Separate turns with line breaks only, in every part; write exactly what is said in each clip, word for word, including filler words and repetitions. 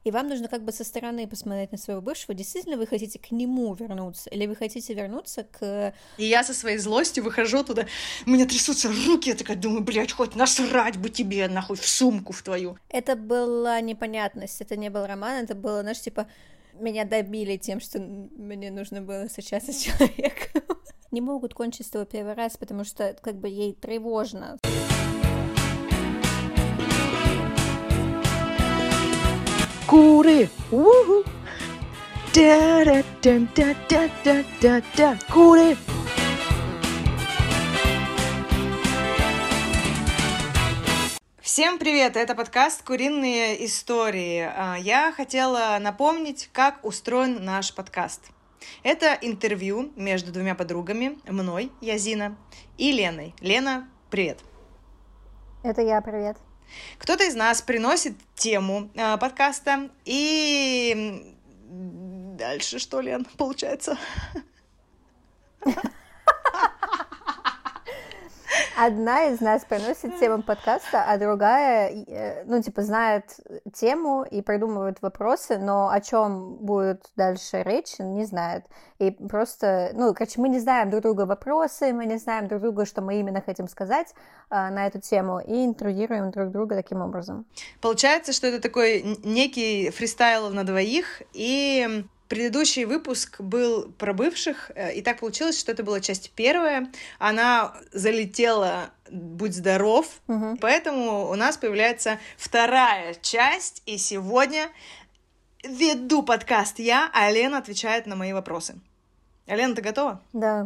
И вам нужно как бы со стороны посмотреть на своего бывшего, действительно вы хотите к нему вернуться, или вы хотите вернуться к...
И я со своей злостью выхожу туда, у меня трясутся руки, я такая думаю, блядь, хоть насрать бы тебе, нахуй, в сумку в твою.
Это была непонятность, это не был роман, это было, знаешь, типа, меня добили тем, что мне нужно было встречаться с человеком. Не могут кончить с тобой первый раз, потому что как бы ей тревожно.
Куры! Уху! Да-да-да-да-да-да-да! Куры! Всем привет! Это подкаст «Куриные истории». Я хотела напомнить, как устроен наш подкаст. Это интервью между двумя подругами, мной, я Зина, и Леной. Лена, привет!
Это я, привет.
Кто-то из нас приносит тему э, подкаста, и дальше что, Лен, получается?
Одна из нас приносит тему подкаста, а другая, ну, типа, знает тему и придумывает вопросы, но о чем будет дальше речь, не знает. И просто, ну, короче, мы не знаем друг друга вопросы, мы не знаем друг друга, что мы именно хотим сказать а, на эту тему, и интродируем друг друга таким образом.
Получается, что это такой некий фристайл на двоих, и... Предыдущий выпуск был про бывших, и так получилось, что это была часть первая. Она залетела «Будь здоров»,
угу.
Поэтому у нас появляется вторая часть, и сегодня веду подкаст я, а Лена отвечает на мои вопросы. Лена, ты готова?
Да,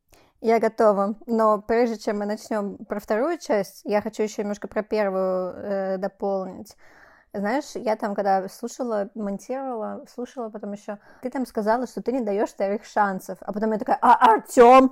я готова, но прежде чем мы начнем про вторую часть, я хочу еще немножко про первую э, дополнить. Знаешь, я там, когда слушала, монтировала, слушала потом еще, ты там сказала, что ты не даешь вторых шансов, а потом я такая, а Артём?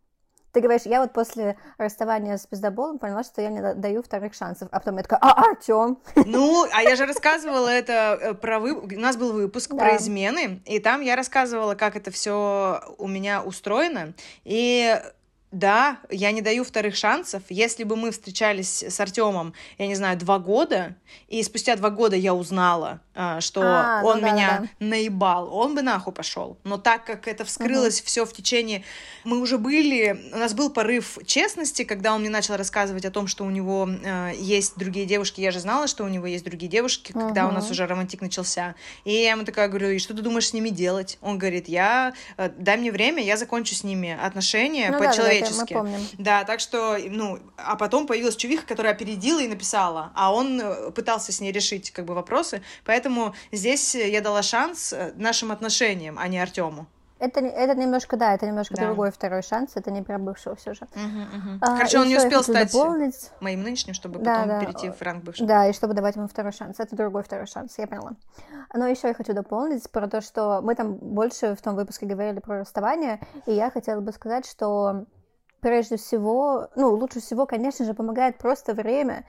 Ты говоришь, я вот после расставания с пиздоболом поняла, что я не даю вторых шансов, а потом я такая, а Артём?
Ну, а я же рассказывала это про вы... У нас был выпуск да. про измены, и там я рассказывала, как это все у меня устроено, и... Да, я не даю вторых шансов. Если бы мы встречались с Артемом, я не знаю, два года, и спустя два года я узнала, что а, он ну да, меня да. наебал, он бы нахуй пошел. Но так как это вскрылось угу. все в течение... Мы уже были... У нас был порыв честности, когда он мне начал рассказывать о том, что у него э, есть другие девушки. Я же знала, что у него есть другие девушки, угу. когда у нас уже романтик начался. И я ему такая говорю, и что ты думаешь с ними делать? Он говорит, я... Э, дай мне время, я закончу с ними отношения ну, по-человечески.
Мы помним.
Да, так что, ну, а потом появилась чувиха, которая опередила и написала, а он пытался с ней решить, как бы, вопросы, поэтому здесь я дала шанс нашим отношениям, а не Артему.
Это, это немножко, да, это немножко да. другой второй шанс, это не про бывшего все же.
Угу, угу. А, Короче, он не успел стать дополнить... моим нынешним, чтобы да, потом да. перейти в ранг бывшего.
Да, и чтобы давать ему второй шанс, это другой второй шанс, я поняла. Но еще я хочу дополнить про то, что мы там больше в том выпуске говорили про расставание, и я хотела бы сказать, что прежде всего, ну, лучше всего, конечно же, помогает просто время,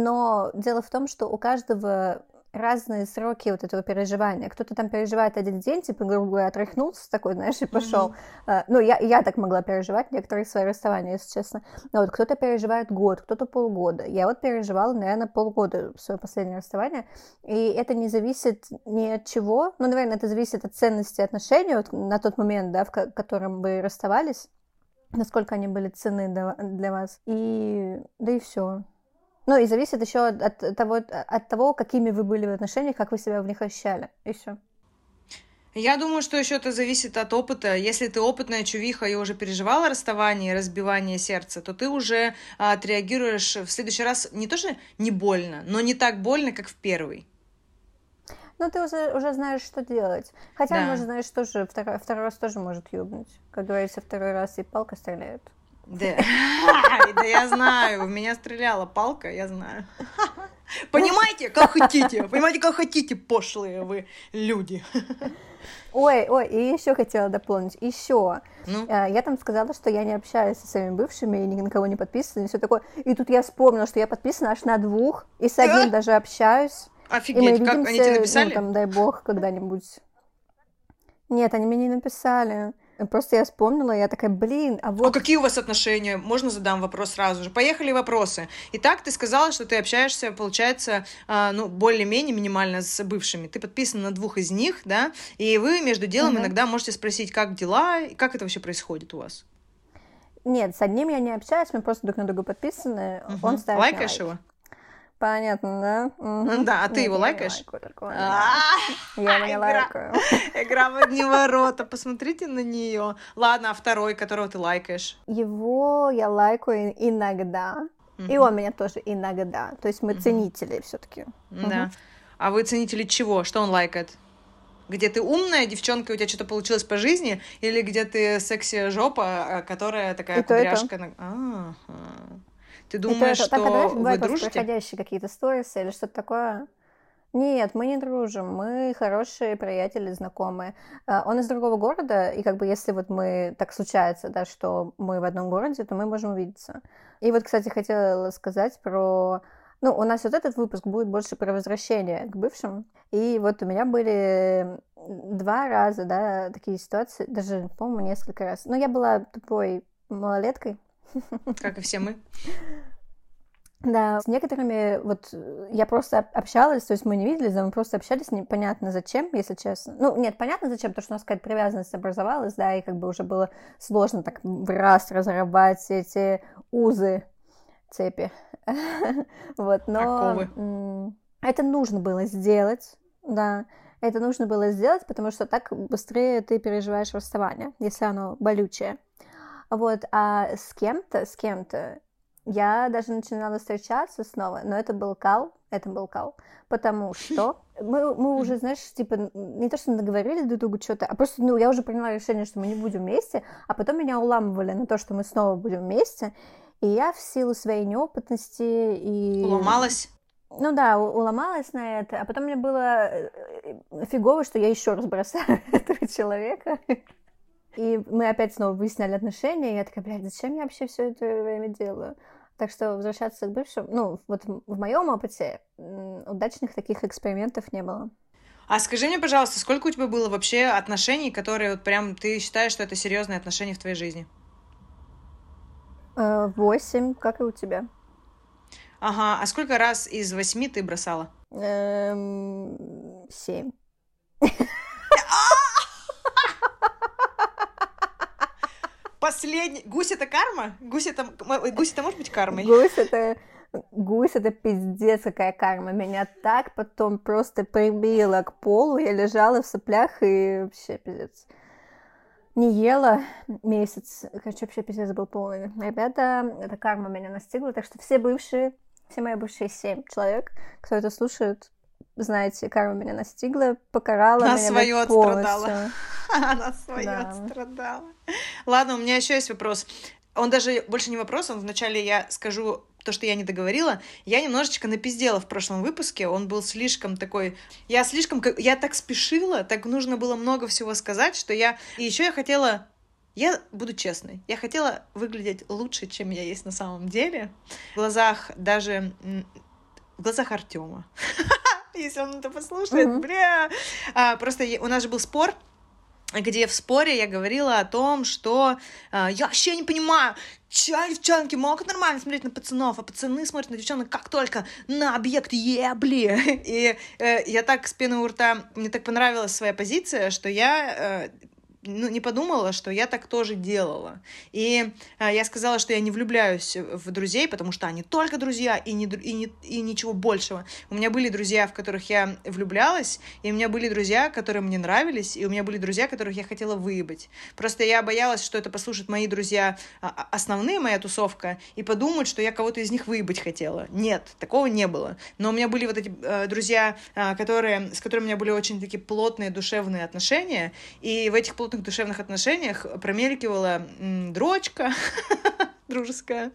но дело в том, что у каждого разные сроки вот этого переживания. Кто-то там переживает один день, типа, грубо говоря, отряхнулся такой, знаешь, и пошел. Mm-hmm. Ну, я, я так могла переживать некоторые свои расставания, если честно. Но вот кто-то переживает год, кто-то полгода. Я вот переживала, наверное, полгода свое последнее расставание, и это не зависит ни от чего. Ну, наверное, это зависит от ценности отношений вот, на тот момент, да, в ко- котором вы расставались, насколько они были ценны для вас, и да и все. Ну и зависит еще от, от того, от того, какими вы были в отношениях, как вы себя в них ощущали, и все.
Я думаю, что еще это зависит от опыта. Если ты опытная чувиха и уже переживала расставание, разбивание сердца, то ты уже а, отреагируешь в следующий раз не то, что не больно, но не так больно, как в первый.
Ну, ты уже, уже знаешь, что делать. Хотя,
да.
может, знаешь, тоже второй, второй раз тоже может ёбнуть. Как говорится, второй раз и палка стреляет.
Да, да я знаю, в меня стреляла палка, я знаю. Понимаете, как хотите, понимаете, как хотите, пошлые вы люди.
Ой, ой, и еще хотела дополнить, еще.
Ну?
Я там сказала, что я не общаюсь со своими бывшими, и ни на кого не подписана, и все такое. И тут я вспомнила, что я подписана аж на двух, и с одним даже общаюсь.
Офигеть, как они тебе написали?
Ну, там, дай бог, когда-нибудь. Нет, они мне не написали. Просто я вспомнила, я такая, блин, а вот...
А какие у вас отношения? Можно задам вопрос сразу же? Поехали вопросы. Итак, ты сказала, что ты общаешься, получается, ну, более-менее минимально с бывшими. Ты подписан на двух из них, да? И вы между делом uh-huh. иногда можете спросить, как дела, и как это вообще происходит у вас?
Нет, с одним я не общаюсь, мы просто друг на друга подписаны. Uh-huh. Он ставит
Лайкаешь
лайк.
его?
Понятно, да? Угу.
Да, а ты
Нет,
его лайкаешь?
Я его не лайкаю.
Игра в одни ворота, посмотрите на нее. Ладно, а второй, которого ты лайкаешь?
Его я лайкаю иногда, и он меня тоже иногда. То есть мы ценители все-таки.
Да. А вы ценители чего? Что он лайкает? Где ты умная девчонка, у тебя что-то получилось по жизни, или где ты секси-жопа, которая такая кудряшка? Ты думаешь,
это,
что
так,
вы дружите?
Проходящие какие-то сторисы или что-то такое? Нет, мы не дружим, мы хорошие приятели, знакомые. Он из другого города, и как бы если вот мы, так случается, да, что мы в одном городе, то мы можем увидеться. И вот, кстати, хотела сказать про... Ну, у нас вот этот выпуск будет больше про возвращение к бывшим. И вот у меня были два раза, да, такие ситуации, даже, по-моему, несколько раз. Но я была тупой малолеткой.
Как и все мы.
Да, с некоторыми вот я просто общалась, то есть мы не виделись, но мы просто общались, непонятно зачем, если честно. Ну, нет, понятно зачем, потому что у нас какая-то привязанность образовалась, да, и как бы уже было сложно так в раз разорвать эти узы, цепи. Вот, но это нужно было сделать, да, это нужно было сделать, потому что так быстрее ты переживаешь расставание, если оно болючее. Вот, а с кем-то, с кем-то я даже начинала встречаться снова, но это был кал, это был кал, потому что мы, мы уже, знаешь, типа, не то, что договорились друг другу что-то, а просто, ну, я уже приняла решение, что мы не будем вместе, а потом меня уламывали на то, что мы снова будем вместе, и я в силу своей неопытности и...
Уломалась?
Ну да, уломалась на это, а потом мне было фигово, что я еще раз бросаю этого человека. И мы опять снова выясняли отношения, и я такая, блядь, зачем я вообще все это время делаю? Так что возвращаться к бывшим, ну, вот в моем опыте удачных таких экспериментов не было.
А скажи мне, пожалуйста, сколько у тебя было вообще отношений, которые вот прям ты считаешь, что это серьезные отношения в твоей жизни?
Восемь, как и у тебя.
Ага, а сколько раз из восьми ты бросала?
Семь.
Последний. Гусь — это карма? Гусь — это... Гусь — это может быть кармой?
Гусь — это... Гусь — это пиздец какая карма. Меня так потом просто прибило к полу. Я лежала в соплях и вообще пиздец. Не ела месяц. Короче, вообще пиздец был полный. Ребята, эта карма меня настигла. Так что все бывшие, все мои бывшие семь человек, кто это слушает, знаете, карма меня настигла, покарала
на
меня
свое
полностью.
Отстрадала. Она свое да. отстрадала. Ладно, у меня еще есть вопрос. Он даже больше не вопрос, он вначале я скажу то, что я не договорила. Я немножечко напиздела в прошлом выпуске, он был слишком такой... Я слишком... Я так спешила, так нужно было много всего сказать, что я... И еще я хотела... Я буду честной. Я хотела выглядеть лучше, чем я есть на самом деле. В глазах даже... В глазах Артема. Если он это послушает, mm-hmm. бля. А, просто у нас же был спор, где в споре я говорила о том, что а, я вообще не понимаю, чё девчонки могут нормально смотреть на пацанов, а пацаны смотрят на девчонок как только на объект ебли. И э, я так с пеной у рта, мне так понравилась своя позиция, что я... Э, ну, не подумала, что я так тоже делала. И а, я сказала, что я не влюбляюсь в друзей, потому что они только друзья и, не, и, не, и ничего большего. У меня были друзья, в которых я влюблялась, и у меня были друзья, которые мне нравились, и у меня были друзья, которых я хотела выебать. Просто я боялась, что это послушают мои друзья, основные моя тусовка, и подумают, что я кого-то из них выебать хотела. Нет, такого не было. Но у меня были вот эти э, друзья, э, которые, с которыми у меня были очень такие плотные душевные отношения, и в этих плотных душевных отношениях промелькивала м, дрочка дружеская.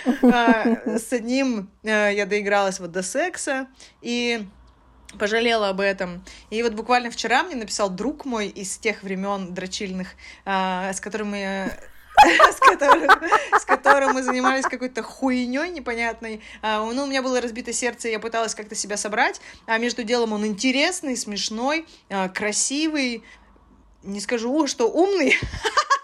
С одним я доигралась вот до секса и пожалела об этом. И вот буквально вчера мне написал друг мой из тех времен дрочильных, с которыми... С которым, с которым мы занимались какой-то хуйней непонятной. А, ну, у меня было разбито сердце, и я пыталась как-то себя собрать. А между делом он интересный, смешной, а, красивый. Не скажу, что умный.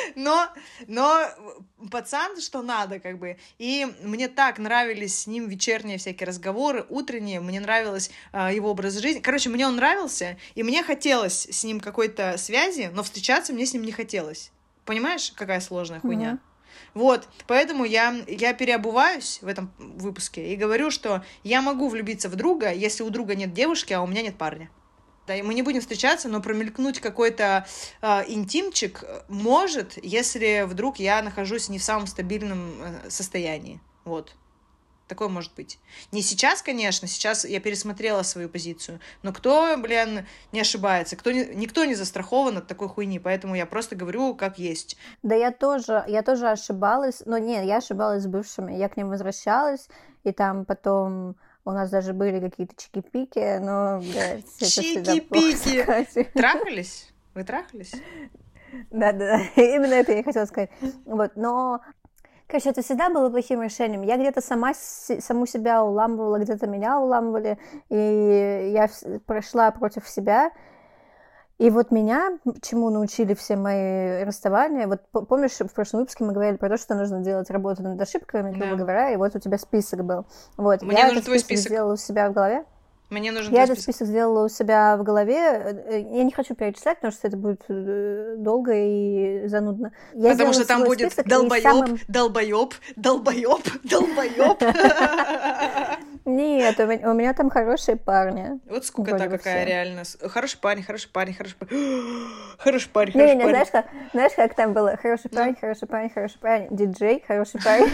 Но, но пацан, что надо, как бы. И мне так нравились с ним вечерние всякие разговоры, утренние. Мне нравилось а, его образ жизни. Короче, мне он нравился, и мне хотелось с ним какой-то связи, но встречаться мне с ним не хотелось. Понимаешь, какая сложная хуйня? Mm-hmm. Вот, поэтому я, я переобуваюсь в этом выпуске и говорю, что я могу влюбиться в друга, если у друга нет девушки, а у меня нет парня. Да, и мы не будем встречаться, но промелькнуть какой-то э, интимчик может, если вдруг я нахожусь не в самом стабильном э, состоянии. Вот. Такое может быть. Не сейчас, конечно, сейчас я пересмотрела свою позицию, но кто, блин, не ошибается, кто не, никто не застрахован от такой хуйни, поэтому я просто говорю, как есть.
Да я тоже, я тоже ошибалась, но нет, я ошибалась с бывшими, я к ним возвращалась, и там потом у нас даже были какие-то чики-пики, но, блядь, это всегда
чики-пики! Трахались? Вы трахались?
Да-да-да, именно это я хотела сказать. Вот, но... Короче, это всегда было плохим решением. Я где-то сама саму себя уламывала, где-то меня уламывали, и я прошла против себя. И вот меня, чему научили все мои расставания, вот помнишь, в прошлом выпуске мы говорили про то, что нужно делать работу над ошибками, грубо да. говоря, и вот у тебя список был. Вот.
Мне
я
нужен
этот
твой
список
список.
сделала у себя в голове.
Мне нужен
Я
твой
этот список сделала у себя в голове. Я не хочу перечислять, потому что это будет долго и занудно. Я
потому что там будет долбоёб, самым... долбоёб, долбоёб, долбоёб.
Нет, у меня, у меня там хорошие парни.
Вот скукота какая реально. Хороший парень, хороший парень, хороший парень. Хороший парень,
не,
хороший
не,
парень.
Знаешь как, знаешь, как там было? Хороший парень, ну. хороший парень, хороший парень. Диджей, хороший парень.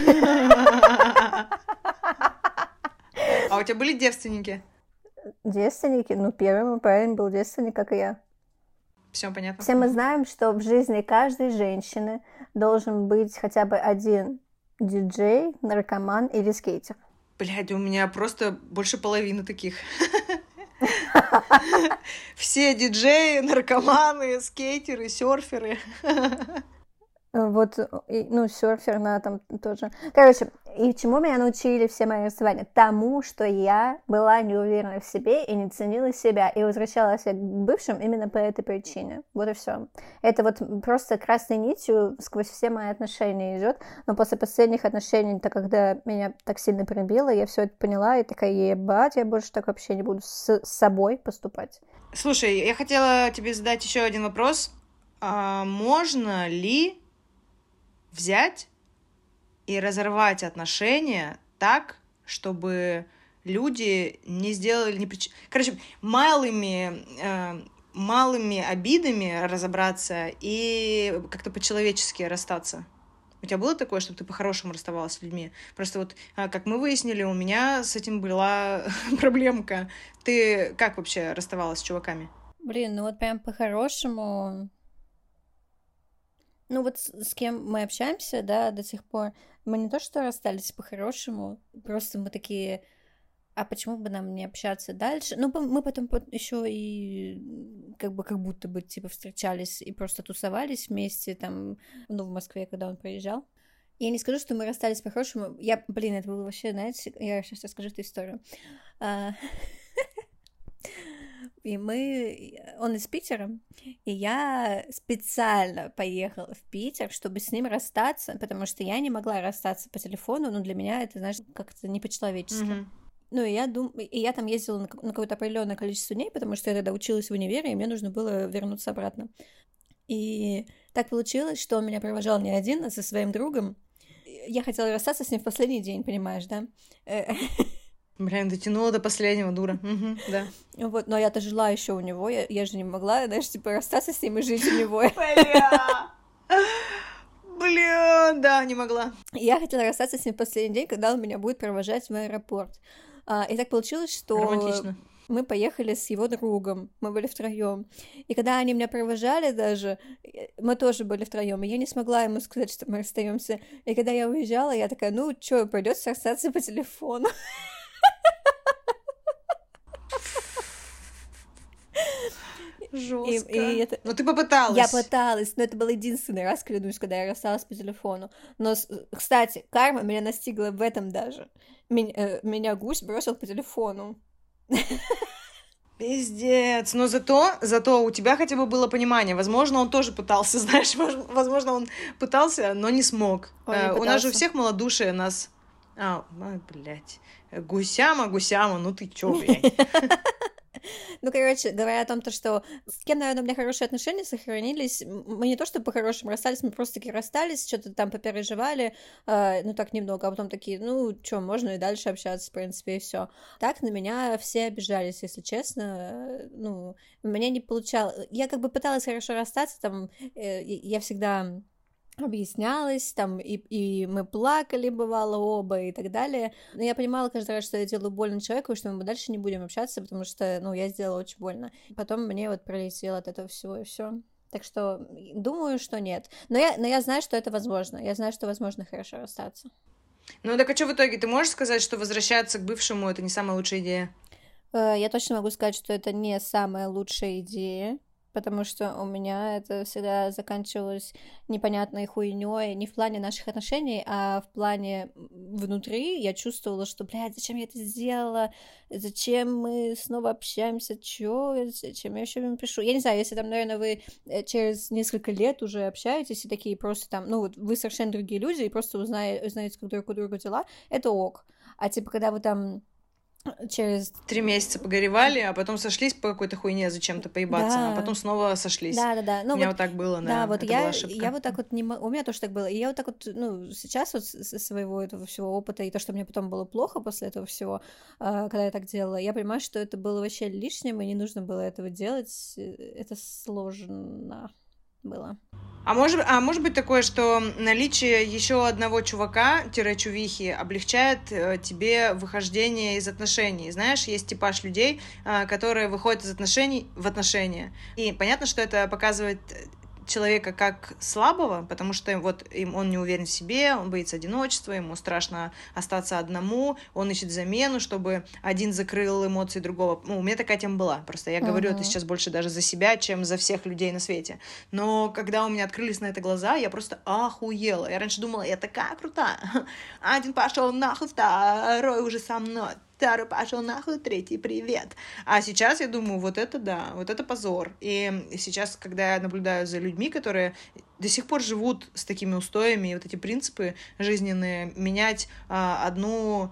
А у тебя были девственники?
Девственники? Ну, первый мой парень был девственник, как и я.
Все понятно.
Все мы знаем, что в жизни каждой женщины должен быть хотя бы один диджей, наркоман или скейтер.
Блядь, у меня просто больше половины таких. Все диджеи, наркоманы, скейтеры, серферы.
Вот, ну, серфер на там тоже. Короче, и чему меня научили все мои расставания? Тому, что я была не уверена в себе и не ценила себя, и возвращалась к бывшим именно по этой причине. Вот и все. Это вот просто красной нитью сквозь все мои отношения идет. Но после последних отношений, то когда меня так сильно прибило, я все это поняла и такая, ебать, я больше так вообще не буду с собой поступать.
Слушай, я хотела тебе задать еще один вопрос. А можно ли взять и разорвать отношения так, чтобы люди не сделали... Не прич... Короче, малыми, э, малыми обидами разобраться и как-то по-человечески расстаться. У тебя было такое, чтобы ты по-хорошему расставалась с людьми? Просто вот, как мы выяснили, у меня с этим была проблемка. Ты как вообще расставалась с чуваками?
Блин, ну вот прям по-хорошему... Ну вот с, с кем мы общаемся, да, до сих пор, мы не то что расстались по-хорошему, просто мы такие, а почему бы нам не общаться дальше? Ну, мы потом еще и как бы как будто бы типа встречались и просто тусовались вместе там, ну, в Москве, когда он приезжал. Я не скажу, что мы расстались по-хорошему. Я, блин, это было вообще, знаете, я сейчас расскажу эту историю. И мы... Он из Питера, и я специально поехала в Питер, чтобы с ним расстаться, потому что я не могла расстаться по телефону, но для меня это, знаешь, как-то не по-человечески. Mm-hmm. Ну, и я дум... и я там ездила на, на какое-то определенное количество дней, потому что я тогда училась в универе, и мне нужно было вернуться обратно. И так получилось, что он меня провожал не один, а со своим другом. Я хотела расстаться с ним в последний день, понимаешь, да?
Блин, дотянула до последнего, дура. Угу, да.
Вот, но я-то жила еще у него, я, я же не могла, знаешь, типа, расстаться с ним и жить у него.
Бля! Блин, да, не могла.
Я хотела расстаться с ним в последний день, когда он меня будет провожать в аэропорт. А, и так получилось, что...
Романтично.
Мы поехали с его другом, мы были втроем. И когда они меня провожали даже, мы тоже были втроем. И я не смогла ему сказать, что мы расстаемся. И когда я уезжала, я такая, ну, что, придется расстаться по телефону.
Жестко. И, и это... Ну, ты попыталась.
Я пыталась, но это был единственный раз, клянусь, когда я рассталась по телефону. Но, кстати, карма меня настигла в этом даже. Меня, э, меня гусь бросил по телефону.
Пиздец. Но зато, зато у тебя хотя бы было понимание. Возможно, он тоже пытался, знаешь, возможно, он пытался, но не смог.
Он не
У нас же у
пытался.
всех малодушие, нас... А, ой, блядь. Гусяма, гусяма, ну ты чё, блядь?
Ну, короче, говоря о том, то, что с кем, наверное, у меня хорошие отношения сохранились, м, мы не то, что по-хорошему расстались, мы просто таки расстались, что-то там попереживали, э, ну, так немного, а потом такие, ну, чё, можно и дальше общаться, в принципе, и все. Так на меня все обижались, если честно, э, ну, у меня не получалось, я как бы пыталась хорошо расстаться, там, э, и- я всегда объяснялась, там, и, и мы плакали, бывало, оба, и так далее. Но я понимала каждый раз, что я делаю больно человеку, и что мы дальше не будем общаться, потому что, ну, я сделала очень больно. Потом мне вот пролетело от этого всего, и все. Так что думаю, что нет. Но я, но я знаю, что это возможно. Я знаю, что возможно хорошо расстаться.
Ну так а что в итоге? Ты можешь сказать, что возвращаться к бывшему — это не самая лучшая идея?
Э, Я точно могу сказать, что это не самая лучшая идея, потому что у меня это всегда заканчивалось непонятной хуйней, не в плане наших отношений, а в плане внутри. Я чувствовала, что, блядь, зачем я это сделала, зачем мы снова общаемся, чё, зачем я еще им пишу. Я не знаю, если там, наверное, вы э, через несколько лет уже общаетесь и такие просто там, ну, вот вы совершенно другие люди и просто узнаете, узнаете как друг у друга дела, это ок. А типа, когда вы там через...
Три месяца погоревали, а потом сошлись по какой-то хуйне зачем-то поебаться, а
Да,
потом снова сошлись.
да, да, да.
У
Ну
меня
вот,
вот так было,
да,
да,
вот
это была
я,
ошибка.
я вот так вот не мо- у меня тоже так было. И я вот так вот, ну, сейчас вот с- со своего этого всего опыта и то, что мне потом было плохо после этого всего, а, когда я так делала, я понимаю, что это было вообще лишним, и не нужно было этого делать. Э, Это сложно было.
А может, а может быть такое, что наличие еще одного чувака-чувихи облегчает э, тебе выхождение из отношений? Знаешь, есть типаж людей, э, которые выходят из отношений в отношения. И понятно, что это показывает человека как слабого, потому что вот им, он не уверен в себе, он боится одиночества, ему страшно остаться одному, он ищет замену, чтобы один закрыл эмоции другого. Ну, у меня такая тема была, просто я говорю это
Мгм.
сейчас больше даже за себя, чем за всех людей на свете. Но когда у меня открылись на это глаза, я просто охуела. Я раньше думала, я такая крутая. Один пошел нахуй, второй уже со мной. Второй пошел нахуй, третий привет. А сейчас я думаю, вот это да, вот это позор. И сейчас, когда я наблюдаю за людьми, которые до сих пор живут с такими устоями и вот эти принципы жизненные, менять а, одну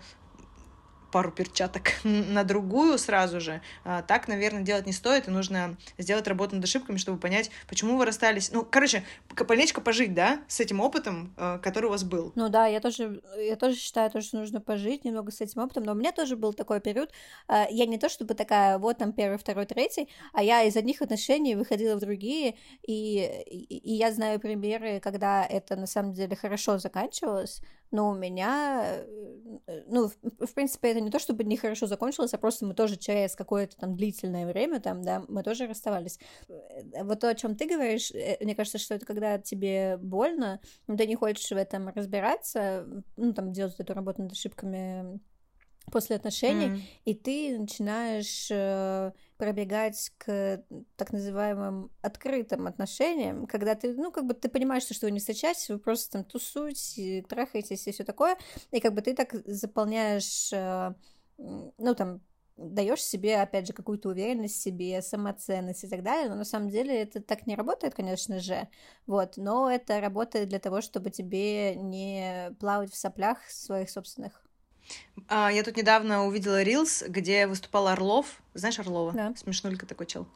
пару перчаток на другую сразу же, а, так, наверное, делать не стоит, и нужно сделать работу над ошибками, чтобы понять, почему вы расстались. Ну, короче, полечко пожить, да, с этим опытом, а, который у вас был.
Ну да, я тоже, я тоже считаю, то, что нужно пожить немного с этим опытом, но у меня тоже был такой период, э, я не то чтобы такая, вот там первый, второй, третий, а я из одних отношений выходила в другие, и, и, и я знаю примеры, когда это на самом деле хорошо заканчивалось, но у меня, э, ну, в, в принципе, это не то, чтобы нехорошо закончилось, а просто мы тоже через какое-то там длительное время, там, да, мы тоже расставались. Э, Вот то, о чем ты говоришь, э, мне кажется, что это когда тебе больно, но ты не хочешь в этом разбираться, ну, там, делать эту работу над ошибками после отношений,
Mm.
и ты начинаешь э, пробегать к так называемым открытым отношениям, когда ты, ну, как бы ты понимаешь, что вы не встречаетесь, вы просто там тусуете, трахаетесь и все такое, и как бы ты так заполняешь, э, ну, там, даешь себе, опять же, какую-то уверенность в себе, самоценность и так далее, но на самом деле это так не работает, конечно же, вот, но это работает для того, чтобы тебе не плавать в соплях своих собственных.
А, я тут недавно увидела рилс, где выступал Орлов. Знаешь Орлова?
Да.
Смешнулька такой чел.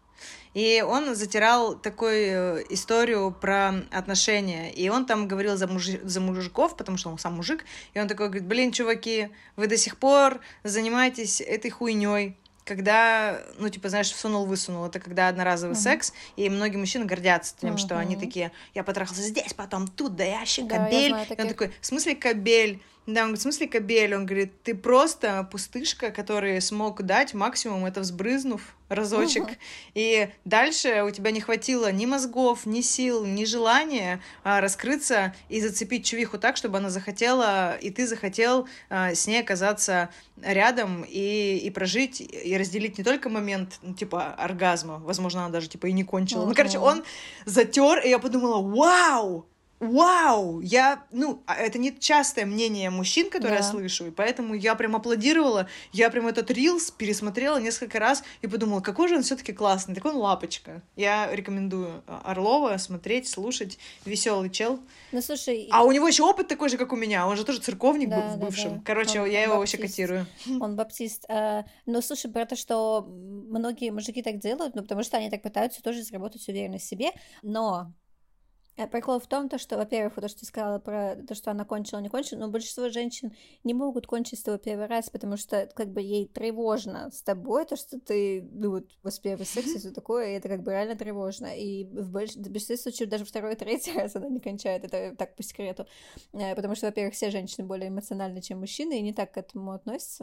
И он затирал такую историю про отношения. И он там говорил за, мужи- за мужиков, потому что он сам мужик. И он такой говорит, блин, чуваки, вы до сих пор занимаетесь этой хуйней, когда, ну, типа, знаешь, всунул-высунул. Это когда одноразовый
Мгм.
секс, и многие мужчины гордятся тем, что они
Мгм.
такие, я потрахался здесь, потом тут, да я вообще
Да, я
кобель.
знаю
И он
таких.
такой, в смысле кобель? Да, он говорит, в смысле кобель? Он говорит, ты просто пустышка, который смог дать максимум, это взбрызнув разочек.
Мгм.
И дальше у тебя не хватило ни мозгов, ни сил, ни желания а, раскрыться и зацепить чувиху так, чтобы она захотела, и ты захотел а, с ней оказаться рядом и, и прожить, и разделить не только момент, ну, типа, оргазма, возможно, она даже, типа, и не кончила. Ну, короче,
Мгм.
он затер, и я подумала, вау! вау! Я, ну, а это не частое мнение мужчин, которое
Да.
я слышу, и поэтому я прям аплодировала, я прям этот рилс пересмотрела несколько раз и подумала, какой же он все-таки классный, такой он лапочка. Я рекомендую Орлова смотреть, слушать, веселый чел.
Ну, слушай...
А у него еще опыт такой же, как у меня, он же тоже церковник
Да,
в
да,
бывшем.
да.
Короче,
Он-
я
он
его вообще
баптист.
котирую.
Он баптист. А, но слушай, про то, что многие мужики так делают, ну, потому что они так пытаются тоже заработать уверенность в себе, но э, прикол в том, то, что, во-первых, вот то, что ты сказала про то, что она кончила, не кончила, но большинство женщин не могут кончить с тобой первый раз, потому что, как бы, ей тревожно с тобой, то, что ты, ну, вот, после первого секса и все такое, и это, как бы, реально тревожно, и в больш- в большинстве случаев даже второй и третий раз она не кончает, это так по секрету, Э, потому что, во-первых, все женщины более эмоциональны, чем мужчины, и не так к этому относятся.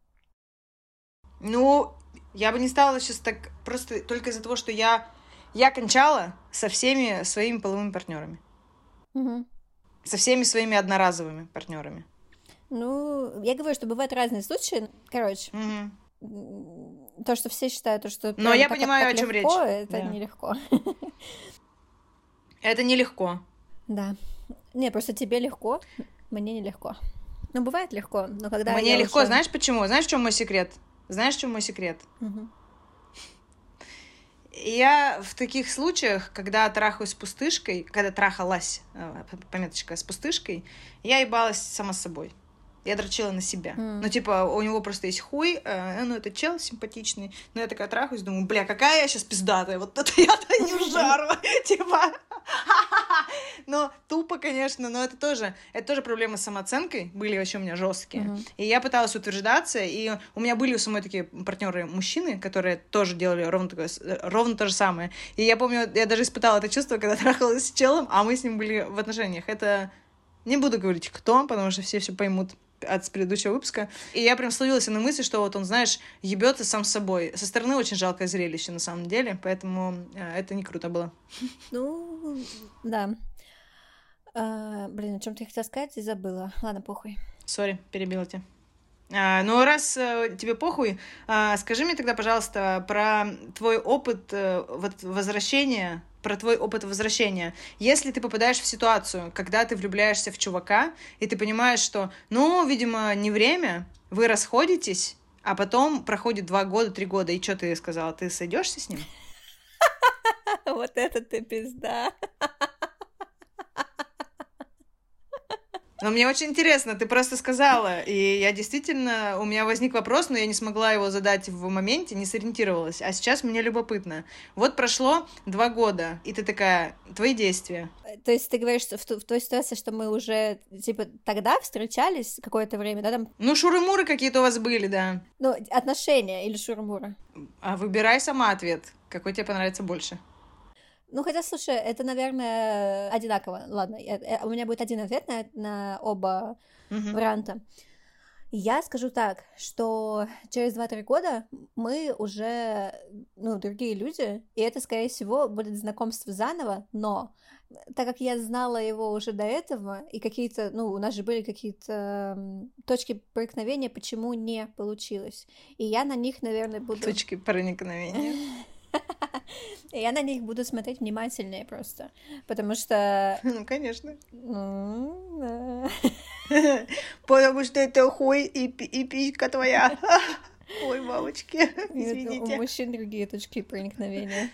Ну, я бы не стала сейчас так просто только из-за того, что я, я кончала со всеми своими половыми партнерами.
Мгм.
Со всеми своими одноразовыми партнерами.
Ну, я говорю, что бывают разные случаи. Короче,
Мгм.
м, то, что все считают, то, что
Но
прям
я
так,
понимаю,
так
о чем
легко,
речь.
это
Да.
нелегко.
Это нелегко.
Да. Не, просто тебе легко, мне нелегко. Ну, бывает легко, но когда
Мне
я
легко,
уже...
знаешь почему? Знаешь, в чем мой секрет? Знаешь, в чем мой секрет?
Мгм.
Я в таких случаях, когда трахаюсь с пустышкой, когда трахалась, э, пометочка, с пустышкой, я ебалась сама с собой. Я дрочила на себя.
М.
Ну, типа, у него просто есть хуй, э, ну, это чел симпатичный. Но я такая трахаюсь, думаю, бля, какая я сейчас пиздатая, вот это я-то не в жару. Типа, но тупо, конечно, но это тоже, это тоже проблемы с самооценкой, были вообще у меня жесткие.
Мгм.
И я пыталась утверждаться, и у меня были у самой такие партнеры мужчины, которые тоже делали ровно, такое, с- э, ровно то же самое. И я помню, я даже испытала это чувство, когда трахалась с челом, а мы с ним были в отношениях. Это не буду говорить кто, потому что все все поймут от предыдущего выпуска. И я прям словилась на мысли, что вот он, знаешь, ебется сам с собой. Со стороны очень жалкое зрелище на самом деле, поэтому э, это не круто было.
Ну, да. А, блин, о чем ты хотела сказать и забыла. Ладно, похуй.
Сори, перебила тебя. А, ну, раз э, тебе похуй, а, скажи мне тогда, пожалуйста, про твой опыт э, вот, возвращения, про твой опыт возвращения. Если ты попадаешь в ситуацию, когда ты влюбляешься в чувака, и ты понимаешь, что, ну, видимо, не время, вы расходитесь, а потом проходит два года, три года, и что ты сказала? Ты сойдешься с ним?
Вот это ты пизда.
Но мне очень интересно, ты просто сказала, и я действительно, у меня возник вопрос, но я не смогла его задать в моменте, не сориентировалась, а сейчас мне любопытно. Вот прошло два года, и ты такая, твои действия.
То есть ты говоришь, что в, ту- в той ситуации, что мы уже, типа, тогда встречались какое-то время, да, там,
Ну, шуры-муры какие-то у вас были, да.
ну, отношения или шурмура?
А выбирай сама ответ, какой тебе понравится больше.
Ну, хотя, слушай, это, наверное, одинаково. Ладно, я- э, у меня будет один ответ на, на оба
Мгм.
варианта. Я скажу так, что через два-три года мы уже, ну, другие люди, и это, скорее всего, будет знакомство заново, но так как я знала его уже до этого, и какие-то, ну, у нас же были какие-то м, точки преткновения, почему не получилось. И я на них, наверное, буду...
Точки проникновения.
И я на них буду смотреть внимательнее просто, потому что...
Ну, конечно.
ну, да.
Потому что это хуй и, пи- и писька твоя. Ой, мамочки,
И это У
извините.
мужчин другие точки проникновения.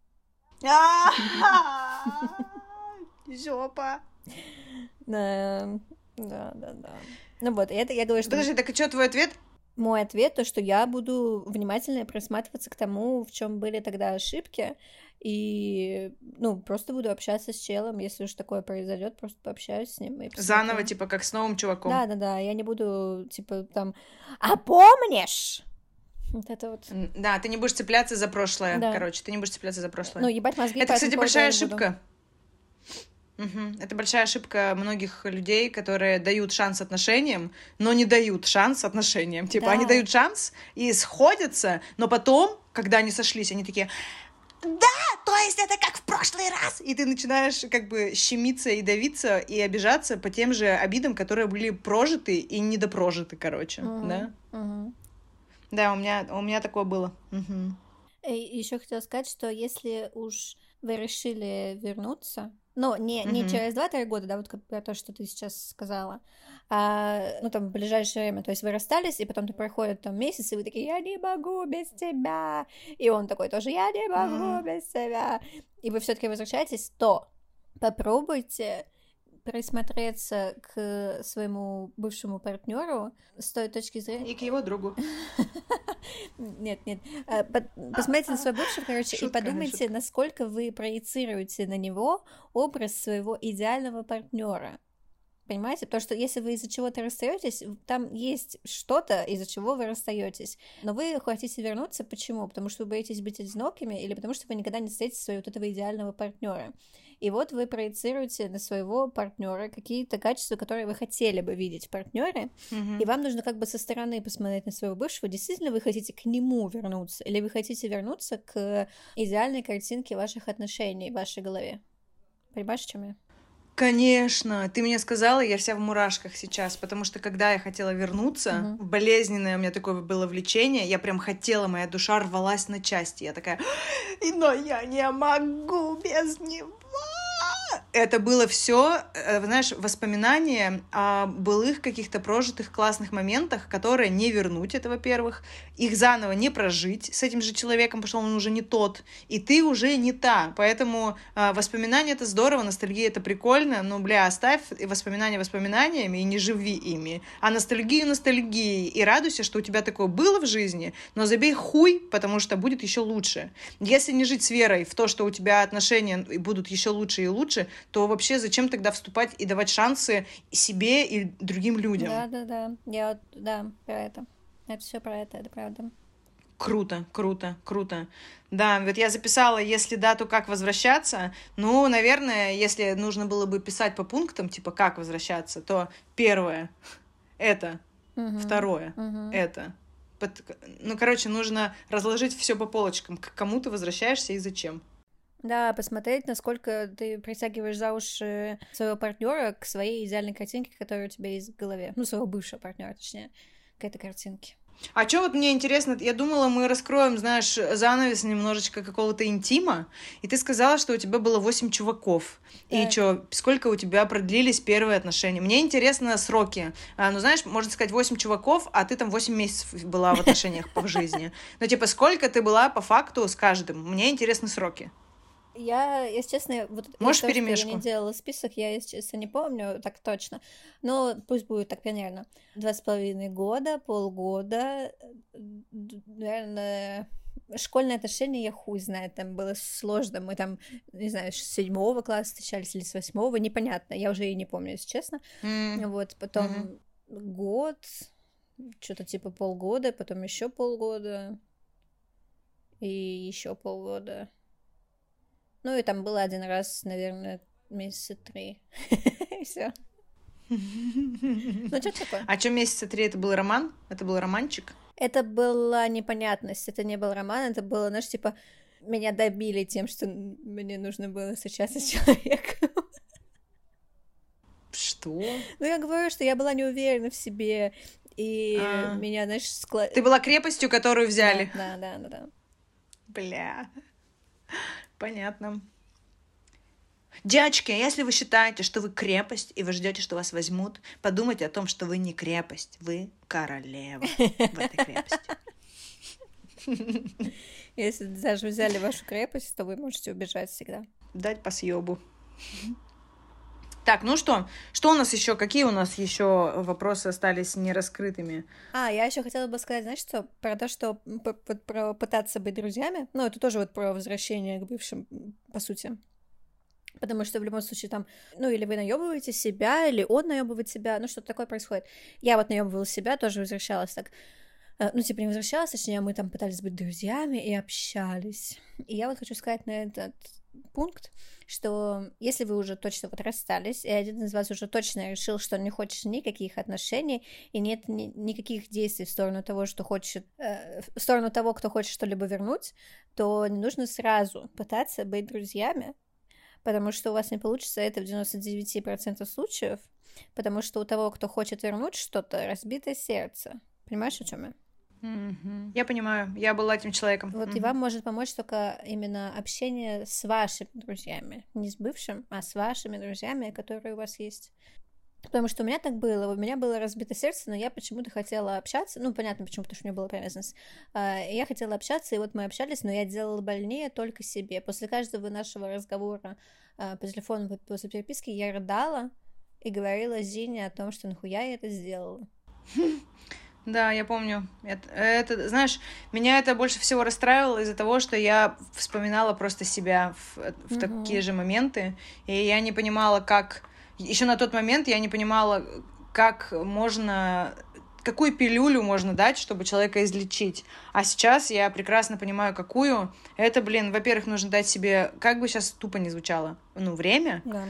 Жопа.
Да, да, да, да. Ну вот, и это я говорю, что
Подожди, так и что твой ответ?
мой ответ, то, что я буду внимательно присматриваться к тому, в чем были тогда ошибки, и, ну, просто буду общаться с челом, если уж такое произойдет, просто пообщаюсь с ним и посмотрю.
Заново, типа, как с новым чуваком.
Да, да, да, я не буду, типа, там, а помнишь? Вот это вот.
М, Да, ты не будешь цепляться за прошлое,
Да.
короче, ты не будешь цепляться за прошлое.
Ну, ебать мозги.
Это,
по
кстати,
этому поводу
большая
я не буду.
ошибка. Мгм. Это большая ошибка многих людей, которые дают шанс отношениям, но не дают шанс отношениям. Типа,
Да.
они дают шанс и сходятся, но потом, когда они сошлись, они такие, да, то есть это как в прошлый раз. И ты начинаешь как бы щемиться и давиться, и обижаться по тем же обидам, которые были прожиты и недопрожиты, короче,
Мгм,
да?
мгм.
Да, у меня, у меня такое было. Мгм.
И еще хотела сказать, что если уж вы решили вернуться, Но не, не
Мгм.
через два-три года, да, вот как про то, что ты сейчас сказала, а, ну, там, в ближайшее время, то есть вы расстались, и потом ты проходит там месяц, и вы такие, я не могу без тебя, и он такой тоже, я не могу
М.
без тебя, и вы все-таки возвращаетесь, то попробуйте присмотреться к своему бывшему партнеру с той точки зрения.
И к его другу.
Нет, нет. А, по- Посмотрите на своего бывшего, короче, и
Шутка,
подумайте,
шутка.
насколько вы проецируете на него образ своего идеального партнера. Понимаете? Потому что если вы из-за чего-то расстаетесь, там есть что-то, из-за чего вы расстаетесь. Но вы хотите вернуться. Почему? Потому что вы боитесь быть одинокими, или потому что вы никогда не встретите своего вот этого идеального партнера. И вот вы проецируете на своего партнера какие-то качества, которые вы хотели бы видеть в партнере,
Мгм.
и вам нужно как бы со стороны посмотреть на своего бывшего, действительно вы хотите к нему вернуться, или вы хотите вернуться к идеальной картинке ваших отношений в вашей голове. Понимаешь, о чем я?
Конечно, ты мне сказала, я вся в мурашках сейчас, потому что когда я хотела вернуться,
Мгм.
болезненное у меня такое было влечение, я прям хотела, моя душа рвалась на части, я такая, «И, но я не могу без него. Это было все, знаешь, воспоминания о былых каких-то прожитых классных моментах, которые не вернуть, это во-первых, их заново не прожить с этим же человеком, потому что он уже не тот, и ты уже не та. Поэтому э, воспоминания — это здорово, ностальгия — это прикольно, но, бля, оставь воспоминания воспоминаниями и не живи ими. А ностальгию ностальгией, и радуйся, что у тебя такое было в жизни, но забей хуй, потому что будет еще лучше. Если не жить с верой в то, что у тебя отношения будут еще лучше и лучше, то вообще зачем тогда вступать и давать шансы себе и другим людям?
Да, да, да. Я вот, да, про это. Это все про это, это правда.
Круто, круто, круто. Да, вот я записала, если да, то как возвращаться. Ну, наверное, если нужно было бы писать по пунктам, типа как возвращаться, то первое — это,
Мгм.
второе —
Мгм.
это. Под- Ну, короче, нужно разложить все по полочкам, к кому ты возвращаешься и зачем.
Да, посмотреть, насколько ты притягиваешь за уши своего партнера к своей идеальной картинке, которая у тебя есть в голове. Ну, своего бывшего партнера, точнее, к этой картинке.
А что вот мне интересно, я думала, мы раскроем, знаешь, занавес немножечко какого-то интима, и ты сказала, что у тебя было восемь чуваков. И
Так.
что, сколько у тебя продлились первые отношения? Мне интересно сроки. А, ну, знаешь, можно сказать, восемь чуваков, а ты там восемь месяцев была в отношениях по жизни. Ну, типа, сколько ты была по факту с каждым? Мне интересны сроки.
Я, если честно, вот
Можешь
из-за того, что я не
вперемешку?
делала список, я, если честно, не помню так точно. Но пусть будет так примерно. Два с половиной года, полгода, наверное, школьные отношения, я хуй знает, там было сложно. Мы там, не знаю, с седьмого класса встречались или с восьмого, непонятно. Я уже и не помню, если честно.
М,
Вот,
мгм.
потом год, что-то типа полгода, потом еще полгода и еще полгода. Ну и там было один раз, наверное, месяца три. И все. Ну, что такое?
А что, месяца три это был роман? Это был романчик?
Это была непонятность, это не был роман, это было, знаешь, типа, меня добили тем, что мне нужно было встречаться с человеком.
Что?
Ну, я говорю, что я была не уверена в себе, и
А,
меня, знаешь, склад...
Ты была крепостью, которую
Да,
взяли.
да, да, да, да.
Бля. Понятно. Девочки, если вы считаете, что вы крепость, и вы ждете, что вас возьмут, подумайте о том, что вы не крепость, вы королева в этой крепости.
Если даже взяли вашу крепость, то вы можете убежать всегда.
Дать по съебу. Так, ну что? Что у нас еще? Какие у нас еще вопросы остались нераскрытыми?
А, я еще хотела бы сказать, знаешь что, про то, что п- п- про пытаться быть друзьями, ну, это тоже вот про возвращение к бывшим, м, по сути. Потому что в любом случае там, ну, или вы наебываете себя, или он наебывает себя, ну, что-то такое происходит. Я вот наебывала себя, тоже возвращалась так. Э, Ну, типа, не возвращалась, точнее, мы там пытались быть друзьями и общались. И я вот хочу сказать на этот пункт, что если вы уже точно вот расстались, и один из вас уже точно решил, что он не хочет никаких отношений, и нет ни- никаких действий в сторону того, что хочет, э, в сторону того, кто хочет что-либо вернуть, то не нужно сразу пытаться быть друзьями, потому что у вас не получится это в девяносто девять процентов случаев, потому что у того, кто хочет вернуть что-то, разбитое сердце. Понимаешь, о чем я?
Mm-hmm. Я понимаю, я была этим человеком.
Вот mm-hmm. и вам может помочь только именно общение с вашими друзьями, не с бывшим, а с вашими друзьями, которые у вас есть. Потому что у меня так было, у меня было разбито сердце, но я почему-то хотела общаться, ну, понятно, почему, потому что у меня была привязанность. Я хотела общаться, и вот мы общались, но я делала больнее только себе. После каждого нашего разговора по телефону, после переписки, я рыдала и говорила Зине о том, что нахуя я это сделала.
Да, я помню. Это, это, знаешь, меня это больше всего расстраивало из-за того, что я вспоминала просто себя в, в mm-hmm. такие же моменты, и я не понимала, как... Еще на тот момент я не понимала, как можно... Какую пилюлю можно дать, чтобы человека излечить. А сейчас я прекрасно понимаю, какую. Это, блин, во-первых, нужно дать себе, как бы сейчас тупо не звучало, ну, время.
Да.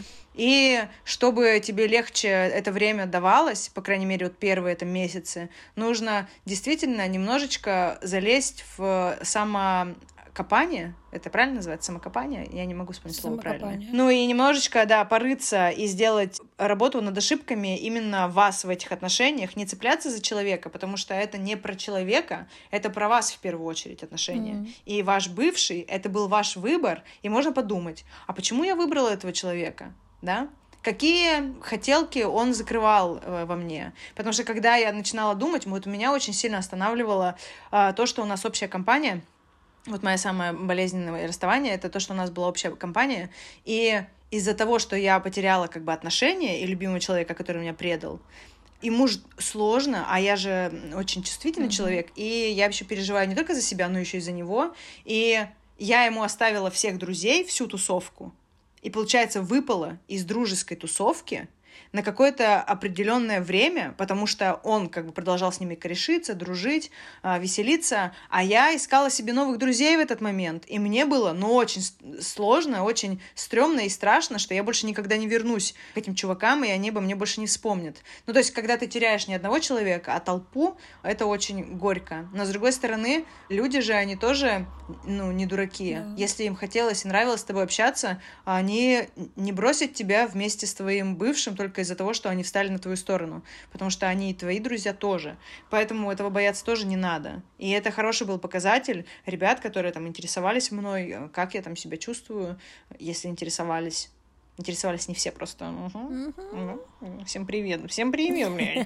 И чтобы тебе легче это время давалось, по крайней мере, вот первые это месяцы, нужно действительно немножечко залезть в само... Копание, это правильно называется, самокопание? Я не могу вспомнить слово правильно. Ну и немножечко, да, порыться и сделать работу над ошибками именно вас в этих отношениях, не цепляться за человека, потому что это не про человека, это про вас в первую очередь отношения. Mm. И ваш бывший, это был ваш выбор, и можно подумать, а почему я выбрала этого человека, да? Какие хотелки он закрывал э, во мне. Потому что когда я начинала думать, вот меня очень сильно останавливало э, то, что у нас общая компания. Вот мое самое болезненное расставание — это то, что у нас была общая компания, и из-за того, что я потеряла как бы отношения и любимого человека, который меня предал, ему же сложно, а я же очень чувствительный mm-hmm. человек, и я еще переживаю не только за себя, но еще и за него, и я ему оставила всех друзей, всю тусовку, и, получается, выпала из дружеской тусовки на какое-то определенное время, потому что он как бы продолжал с ними корешиться, дружить, веселиться, а я искала себе новых друзей в этот момент, и мне было, ну, очень сложно, очень стрёмно и страшно, что я больше никогда не вернусь к этим чувакам, и они обо мне больше не вспомнят. Ну, то есть, когда ты теряешь не одного человека, а толпу, это очень горько. Но, с другой стороны, люди же, они тоже, ну, не дураки. Yeah. Если им хотелось и нравилось с тобой общаться, они не бросят тебя вместе с твоим бывшим только из-за того, что они встали на твою сторону, потому что они и твои друзья тоже. Поэтому этого бояться тоже не надо. И это хороший был показатель ребят, которые там интересовались мной, как я там себя чувствую, если интересовались. Интересовались не все просто. Угу. Угу. Всем привет. Всем привет, блядь.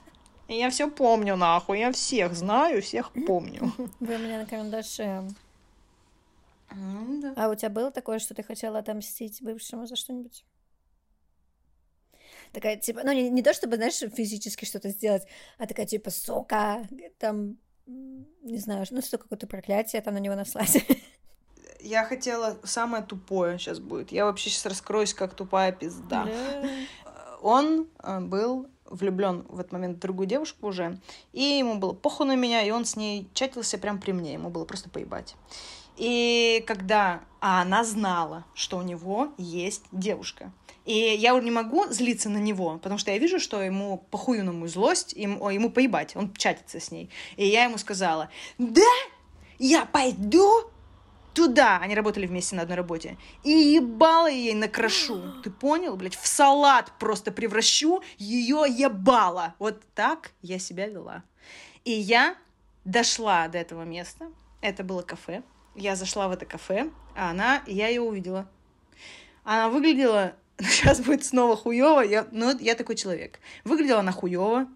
Я все помню, нахуй. Я всех знаю, всех помню.
Вы у меня на карандаше.
Ну, да.
А у тебя было такое, что ты хотела отомстить бывшему за что-нибудь? Такая, типа, ну, не, не то, чтобы, знаешь, физически что-то сделать, а такая, типа, сука, там, не знаю, ну, что какое-то проклятие там на него наслать.
Я хотела самое тупое сейчас будет. Я вообще сейчас раскроюсь, как тупая пизда.
Да.
Он был влюблен в этот момент в другую девушку уже, и ему было похуй на меня, и он с ней чатился прям при мне, ему было просто поебать. И когда... А она знала, что у него есть девушка. И я уже не могу злиться на него, потому что я вижу, что ему похую на мою злость, ему, ему поебать, он чатится с ней. И я ему сказала, да, я пойду туда. Они работали вместе на одной работе. И ебало ей накрошу. Ты понял, блядь? В салат просто превращу ее ебало. Вот так я себя вела. И я дошла до этого места. Это было кафе. Я зашла в это кафе, а она, я ее увидела. Она выглядела... Сейчас будет снова хуёво, я, ну, я такой человек. Выглядела она хуёво.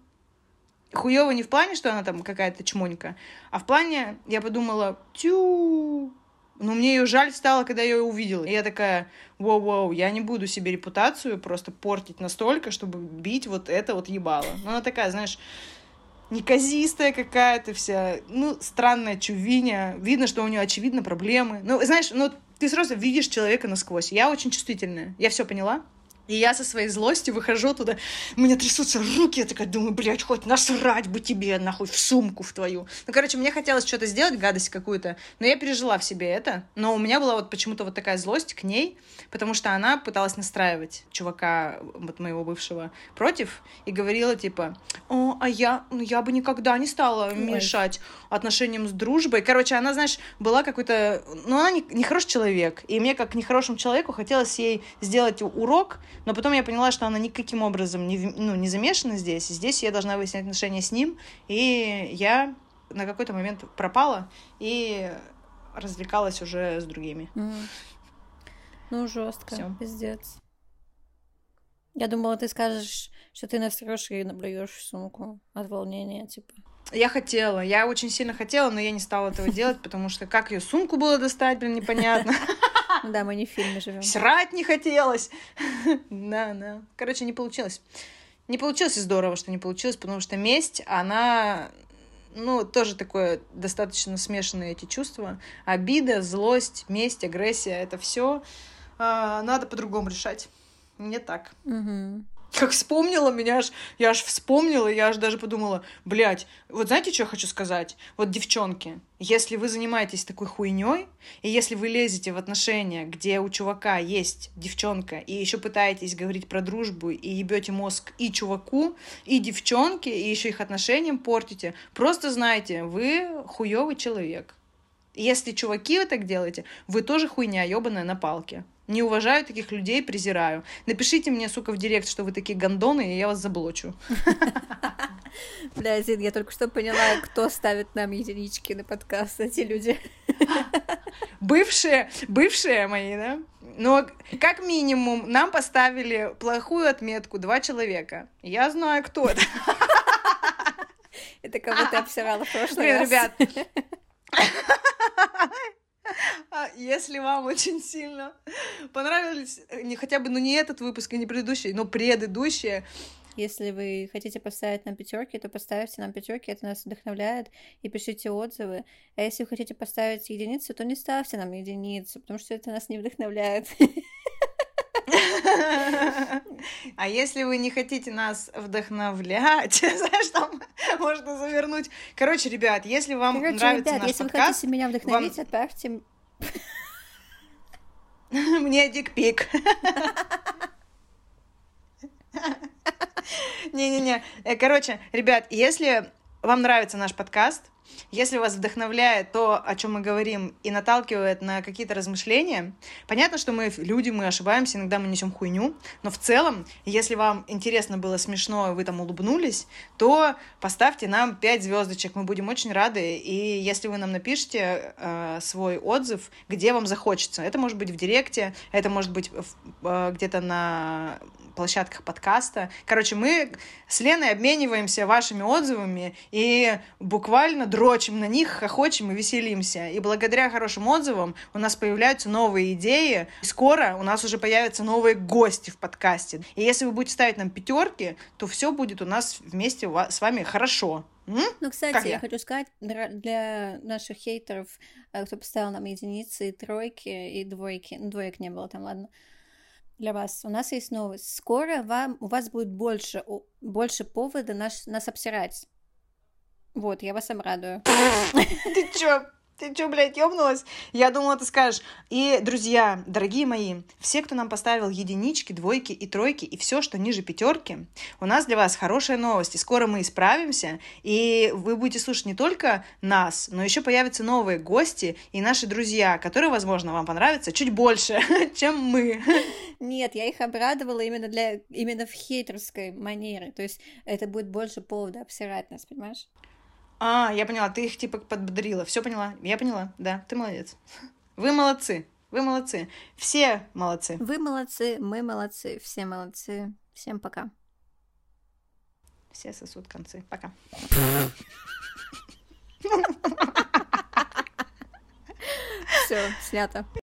Хуёво не в плане, что она там какая-то чмонька, а в плане, я подумала, тю... Ну, мне ее жаль стало, когда я ее увидела. И я такая, воу-воу, я не буду себе репутацию просто портить настолько, чтобы бить вот это вот ебало. Ну, она такая, знаешь, неказистая какая-то вся, ну, странная чувиня. Видно, что у нее, очевидно, проблемы. Ну, знаешь, ну, ты сразу видишь человека насквозь. Я очень чувствительная. Я все поняла. И я со своей злостью выхожу туда, у меня трясутся руки, я такая думаю, блядь, хоть насрать бы тебе, нахуй, в сумку в твою. Ну, короче, мне хотелось что-то сделать, гадость какую-то, но я пережила в себе это. Но у меня была вот почему-то вот такая злость к ней, потому что она пыталась настраивать чувака, вот моего бывшего, против, и говорила, типа, о, а я, ну, я бы никогда не стала мешать отношениям с дружбой. Короче, она, знаешь, была какой-то, ну, она не, не хороший человек, и мне, как нехорошему человеку, хотелось ей сделать урок. Но потом я поняла, что она никаким образом не, ну, не замешана здесь. Здесь я должна выяснять отношения с ним. И я на какой-то момент пропала и развлекалась уже с другими.
Mm. Ну, жестко, Всё. Пиздец. Я думала, ты скажешь, что ты насрёшь и наблюешь в сумку от волнения, типа.
Я хотела, я очень сильно хотела, но я не стала этого делать, потому что как ее сумку было достать, блин, непонятно.
Да, мы не в фильме живем.
Срать не хотелось. Да, да. Короче, не получилось. Не получилось, и здорово, что не получилось, потому что месть, она, ну, тоже такое достаточно смешанные эти чувства. Обида, злость, месть, агрессия, это все надо по-другому решать. Не так.
Угу.
Как вспомнила, меня аж, я аж вспомнила, я аж даже подумала, блядь, вот знаете, что я хочу сказать? Вот, девчонки, если вы занимаетесь такой хуйней, и если вы лезете в отношения, где у чувака есть девчонка, и еще пытаетесь говорить про дружбу, и ебете мозг и чуваку, и девчонке, и еще их отношениям портите, просто знайте, вы хуёвый человек. Если чуваки вы так делаете, вы тоже хуйня ебаная на палке. Не уважаю таких людей, презираю. Напишите мне, сука, в директ, что вы такие гондоны, и я вас заблочу.
Бля, Зин, я только что поняла, кто ставит нам единички на подкаст, эти люди.
Бывшие, бывшие мои, да? Но как минимум нам поставили плохую отметку два человека. Я знаю, кто это.
Это кого ты обсирала в прошлый
Блин,
раз.
ребят. Если вам очень сильно понравились не хотя бы, ну не этот выпуск и не предыдущий, но предыдущие.
Если вы хотите поставить нам пятерки, то поставьте нам пятерки, это нас вдохновляет, и пишите отзывы. А если вы хотите поставить единицу, то не ставьте нам единицу, потому что это нас не вдохновляет.
А если вы не хотите нас вдохновлять, знаешь, там можно завернуть. Короче, ребят, если вам
Короче,
нравится
ребят,
наш
если
подкаст...
вы хотите меня вдохновить,
вам...
отправьте...
Мне дикпик. Не-не-не. Короче, ребят, если вам нравится наш подкаст, если вас вдохновляет то, о чем мы говорим, и наталкивает на какие-то размышления, понятно, что мы люди, мы ошибаемся, иногда мы несем хуйню, но в целом, если вам интересно было, смешно, вы там улыбнулись, то поставьте нам пять звездочек, мы будем очень рады, и если вы нам напишите э, свой отзыв, где вам захочется, это может быть в директе, это может быть в, э, где-то на площадках подкаста. Короче, мы с Леной обмениваемся вашими отзывами и буквально дрочим на них, хохочем и веселимся. И благодаря хорошим отзывам у нас появляются новые идеи. И скоро у нас уже появятся новые гости в подкасте. И если вы будете ставить нам пятерки, то все будет у нас вместе с вами хорошо. М?
Ну, кстати,
Как
я?
я?
хочу сказать для наших хейтеров, кто поставил нам единицы, и тройки, и двойки. Ну, двоек не было там, ладно. Для вас. У нас есть новость. Скоро вам, у вас будет больше, больше повода нас, нас обсирать. Вот, я вас обрадую.
Ты чё? Ты чё, блядь, ёбнулась? Я думала, ты скажешь. И, друзья, дорогие мои, все, кто нам поставил единички, двойки и тройки, и все, что ниже пятерки, у нас для вас хорошая новость. И скоро мы исправимся, и вы будете слушать не только нас, но еще появятся новые гости и наши друзья, которые, возможно, вам понравятся чуть больше, чем мы.
Нет, я их обрадовала именно, для, именно в хейтерской манере. То есть это будет больше повода обсирать нас, понимаешь?
А, я поняла, ты их типа подбодрила. Все поняла, я поняла, да, ты молодец. Вы молодцы, вы молодцы, все молодцы.
Вы молодцы, мы молодцы, все молодцы. Всем пока.
Все сосут концы. Пока.
Все, снято.